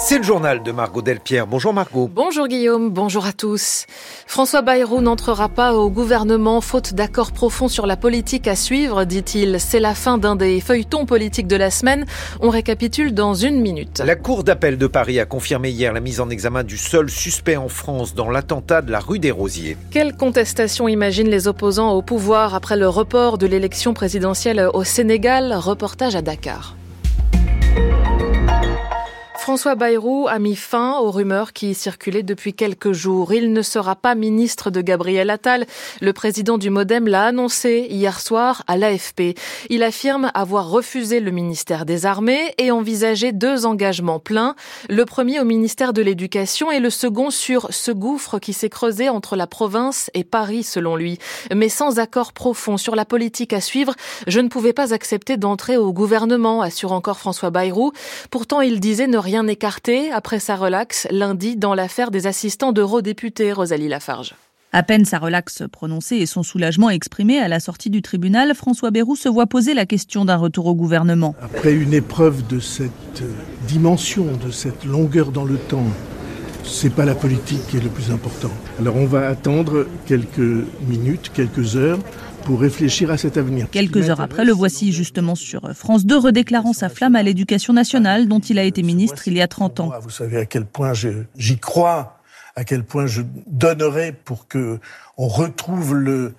C'est le journal de Margot Delpierre. Bonjour Margot. Bonjour Guillaume, bonjour à tous. François Bayrou n'entrera pas au gouvernement faute d'accord profond sur la politique à suivre, dit-il. C'est la fin d'un des feuilletons politiques de la semaine. On récapitule dans une minute. La Cour d'appel de Paris a confirmé hier la mise en examen du seul suspect en France dans l'attentat de la rue des Rosiers. Quelle contestation imaginent les opposants au pouvoir après le report de l'élection présidentielle au Sénégal? Reportage à Dakar. François Bayrou a mis fin aux rumeurs qui circulaient depuis quelques jours. Il ne sera pas ministre de Gabriel Attal. Le président du Modem l'a annoncé hier soir à l'AFP. Il affirme avoir refusé le ministère des Armées et envisagé 2 engagements pleins. Le premier au ministère de l'Éducation et le second sur ce gouffre qui s'est creusé entre la province et Paris, selon lui. Mais sans accord profond sur la politique à suivre, je ne pouvais pas accepter d'entrer au gouvernement, assure encore François Bayrou. Pourtant, il disait ne rien écarté après sa relaxe lundi dans l'affaire des assistants d'eurodéputés, Rosalie Lafarge. À peine sa relaxe prononcée et son soulagement exprimé à la sortie du tribunal, François Bayrou se voit poser la question d'un retour au gouvernement. Après une épreuve de cette dimension, de cette longueur dans le temps, c'est pas la politique qui est le plus important. Alors on va attendre quelques minutes, quelques heures pour réfléchir à cet avenir. Quelques heures après, le voici justement sur France 2 redéclarant sa flamme à l'éducation nationale dont il a été ministre il y a 30 ans. Vous savez à quel point j'y crois, à quel point je donnerai pour que on retrouve le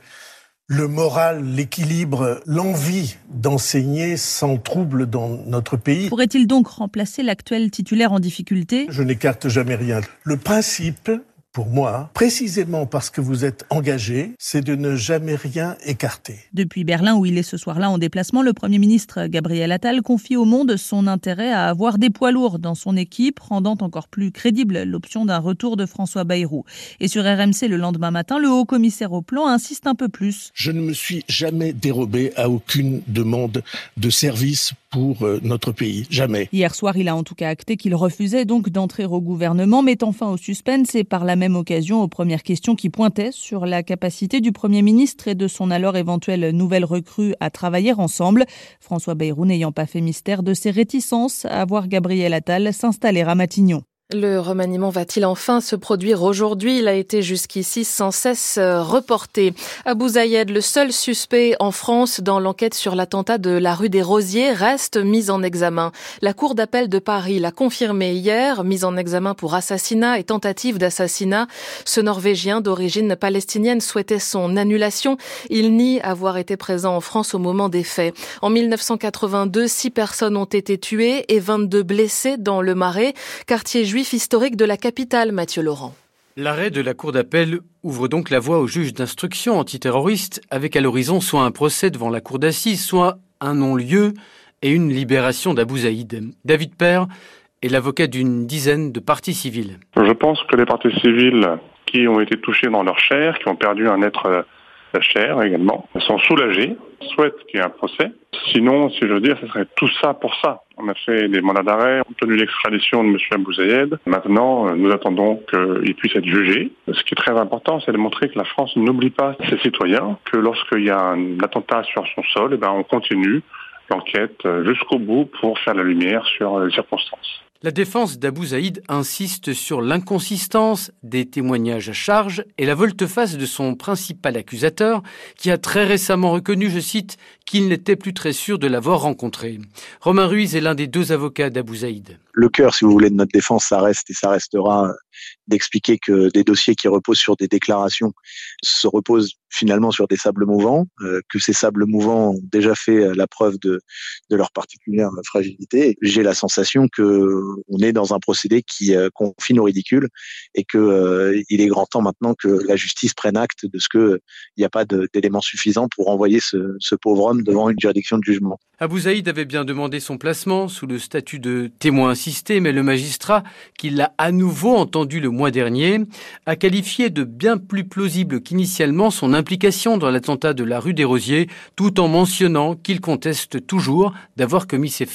moral, l'équilibre, l'envie d'enseigner sans trouble dans notre pays. Pourrait-il donc remplacer l'actuel titulaire en difficulté ? Je n'écarte jamais rien. Le principe, pour moi, précisément parce que vous êtes engagé, c'est de ne jamais rien écarter. Depuis Berlin, où il est ce soir-là en déplacement, le Premier ministre Gabriel Attal confie au Monde son intérêt à avoir des poids lourds dans son équipe, rendant encore plus crédible l'option d'un retour de François Bayrou. Et sur RMC, le lendemain matin, le haut-commissaire au plan insiste un peu plus. Je ne me suis jamais dérobé à aucune demande de service pour notre pays. Jamais. Hier soir, il a en tout cas acté qu'il refusait donc d'entrer au gouvernement, mettant fin au suspense et par la même occasion aux premières questions qui pointaient sur la capacité du Premier ministre et de son alors éventuelle nouvelle recrue à travailler ensemble. François Bayrou n'ayant pas fait mystère de ses réticences à voir Gabriel Attal s'installer à Matignon. Le remaniement va-t-il enfin se produire aujourd'hui ? Il a été jusqu'ici sans cesse reporté. Abou Zayed, le seul suspect en France dans l'enquête sur l'attentat de la rue des Rosiers, reste mis en examen. La Cour d'appel de Paris l'a confirmé hier, mis en examen pour assassinat et tentative d'assassinat. Ce Norvégien d'origine palestinienne souhaitait son annulation. Il nie avoir été présent en France au moment des faits. En 1982, 6 personnes ont été tuées et 22 blessées dans le Marais, quartier juif historique de la capitale, Mathieu Laurent. L'arrêt de la Cour d'appel ouvre donc la voie au juge d'instruction antiterroriste avec à l'horizon soit un procès devant la cour d'assises, soit un non-lieu et une libération d'Abou Zayed. David Père est l'avocat d'une dizaine de parties civiles. Je pense que les parties civiles qui ont été touchées dans leur chair, qui ont perdu un être cher également, sont soulagées, souhaitent qu'il y ait un procès. Sinon, si je veux dire, ce serait tout ça pour ça. On a fait des mandats d'arrêt, obtenu l'extradition de M. Abou Zayed. Maintenant, nous attendons qu'il puisse être jugé. Ce qui est très important, c'est de montrer que la France n'oublie pas ses citoyens, que lorsqu'il y a un attentat sur son sol, on continue l'enquête jusqu'au bout pour faire la lumière sur les circonstances. La défense d'Abou Zayed insiste sur l'inconsistance des témoignages à charge et la volte-face de son principal accusateur, qui a très récemment reconnu, je cite, qu'il n'était plus très sûr de l'avoir rencontré. Romain Ruiz est l'un des 2 avocats d'Abou Zayed. Le cœur, si vous voulez, de notre défense, ça reste et ça restera d'expliquer que des dossiers qui reposent sur des déclarations se reposent finalement sur des sables mouvants, que ces sables mouvants ont déjà fait la preuve de leur particulière fragilité. J'ai la sensation que on est dans un procédé qui confine au ridicule et que il est grand temps maintenant que la justice prenne acte de ce que il n'y a pas d'éléments suffisants pour envoyer ce pauvre homme devant une juridiction de jugement. Abou Zayed avait bien demandé son placement sous le statut de témoin assisté, mais le magistrat, qui l'a à nouveau entendu le mois dernier, a qualifié de bien plus plausible qu'initialement son implication dans l'attentat de la rue des Rosiers, tout en mentionnant qu'il conteste toujours d'avoir commis ces faits.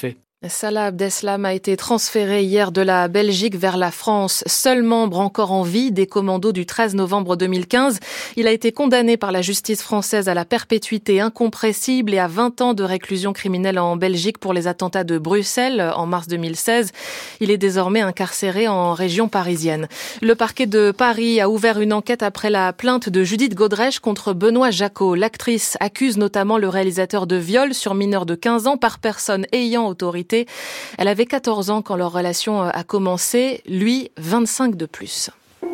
Salah Abdeslam a été transféré hier de la Belgique vers la France. Seul membre encore en vie des commandos du 13 novembre 2015. Il a été condamné par la justice française à la perpétuité incompressible et à 20 ans de réclusion criminelle en Belgique pour les attentats de Bruxelles en mars 2016. Il est désormais incarcéré en région parisienne. Le parquet de Paris a ouvert une enquête après la plainte de Judith Godrèche contre Benoît Jacot. L'actrice accuse notamment le réalisateur de viol sur mineur de 15 ans par personne ayant autorité. Elle avait 14 ans quand leur relation a commencé, lui 25 de plus.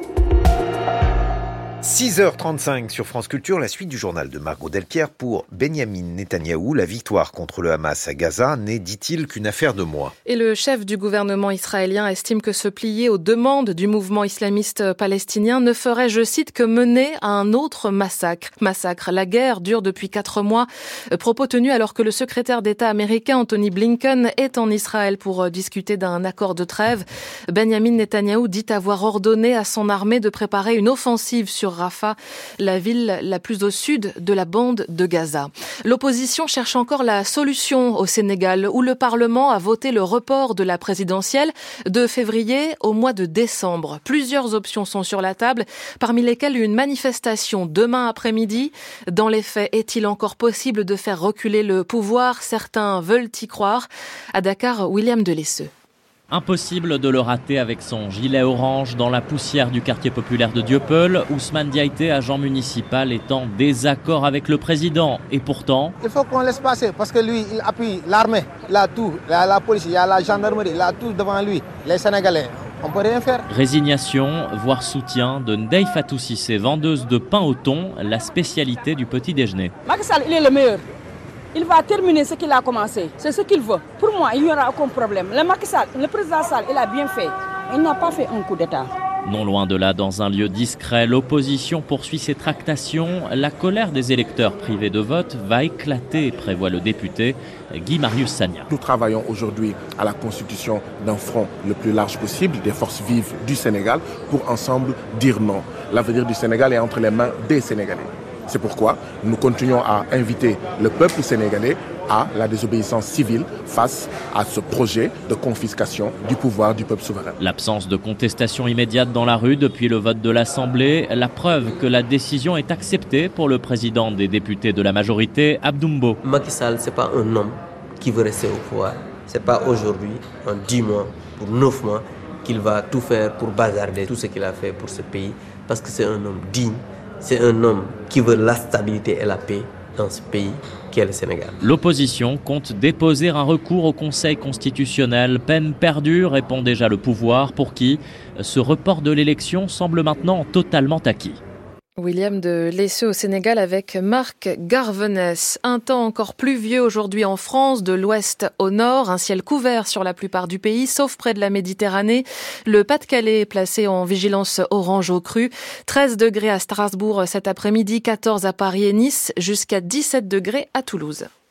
6h35 sur France Culture, la suite du journal de Margot Delpierre pour Benyamin Netanyahou. La victoire contre le Hamas à Gaza n'est, dit-il, qu'une affaire de mois. Et le chef du gouvernement israélien estime que se plier aux demandes du mouvement islamiste palestinien ne ferait, je cite, que mener à un autre massacre. La guerre dure depuis 4 mois. Propos tenus alors que le secrétaire d'État américain Anthony Blinken est en Israël pour discuter d'un accord de trêve. Benyamin Netanyahou dit avoir ordonné à son armée de préparer une offensive sur Rafah, la ville la plus au sud de la bande de Gaza. L'opposition cherche encore la solution au Sénégal, où le Parlement a voté le report de la présidentielle de février au mois de décembre. Plusieurs options sont sur la table, parmi lesquelles une manifestation demain après-midi. Dans les faits, est-il encore possible de faire reculer le pouvoir ? Certains veulent y croire. À Dakar, William Delesseux. Impossible de le rater avec son gilet orange dans la poussière du quartier populaire de Dieuppeul. Ousmane Diaité, agent municipal, est en désaccord avec le président. Et pourtant... Il faut qu'on laisse passer parce que lui, il appuie l'armée. Il a tout. Il a la police, il a la gendarmerie, il a tout devant lui. Les Sénégalais, on peut rien faire. Résignation, voire soutien de Ndeye Fatou Cissé, vendeuse de pain au thon, la spécialité du petit déjeuner. Macky Sall, il est le meilleur. Il va terminer ce qu'il a commencé. C'est ce qu'il veut. Pour moi, il n'y aura aucun problème. Le président Sall, il a bien fait. Il n'a pas fait un coup d'État. Non loin de là, dans un lieu discret, l'opposition poursuit ses tractations. La colère des électeurs privés de vote va éclater, prévoit le député Guy Marius Sagna. Nous travaillons aujourd'hui à la constitution d'un front le plus large possible des forces vives du Sénégal pour ensemble dire non. L'avenir du Sénégal est entre les mains des Sénégalais. C'est pourquoi nous continuons à inviter le peuple sénégalais à la désobéissance civile face à ce projet de confiscation du pouvoir du peuple souverain. L'absence de contestation immédiate dans la rue depuis le vote de l'Assemblée, la preuve que la décision est acceptée pour le président des députés de la majorité, Abdoumbo. Macky Sall, ce n'est pas un homme qui veut rester au pouvoir. Ce n'est pas aujourd'hui, en 10 mois, pour 9 mois, qu'il va tout faire pour bazarder tout ce qu'il a fait pour ce pays, parce que c'est un homme digne. C'est un homme qui veut la stabilité et la paix dans ce pays qu'est le Sénégal. L'opposition compte déposer un recours au Conseil constitutionnel. Peine perdue, répond déjà le pouvoir, pour qui ce report de l'élection semble maintenant totalement acquis. William Delesseux au Sénégal avec Marc Garvenès. Un temps encore pluvieux aujourd'hui en France, de l'ouest au nord. Un ciel couvert sur la plupart du pays, sauf près de la Méditerranée. Le Pas-de-Calais est placé en vigilance orange au cru. 13 degrés à Strasbourg cet après-midi, 14 à Paris et Nice, jusqu'à 17 degrés à Toulouse.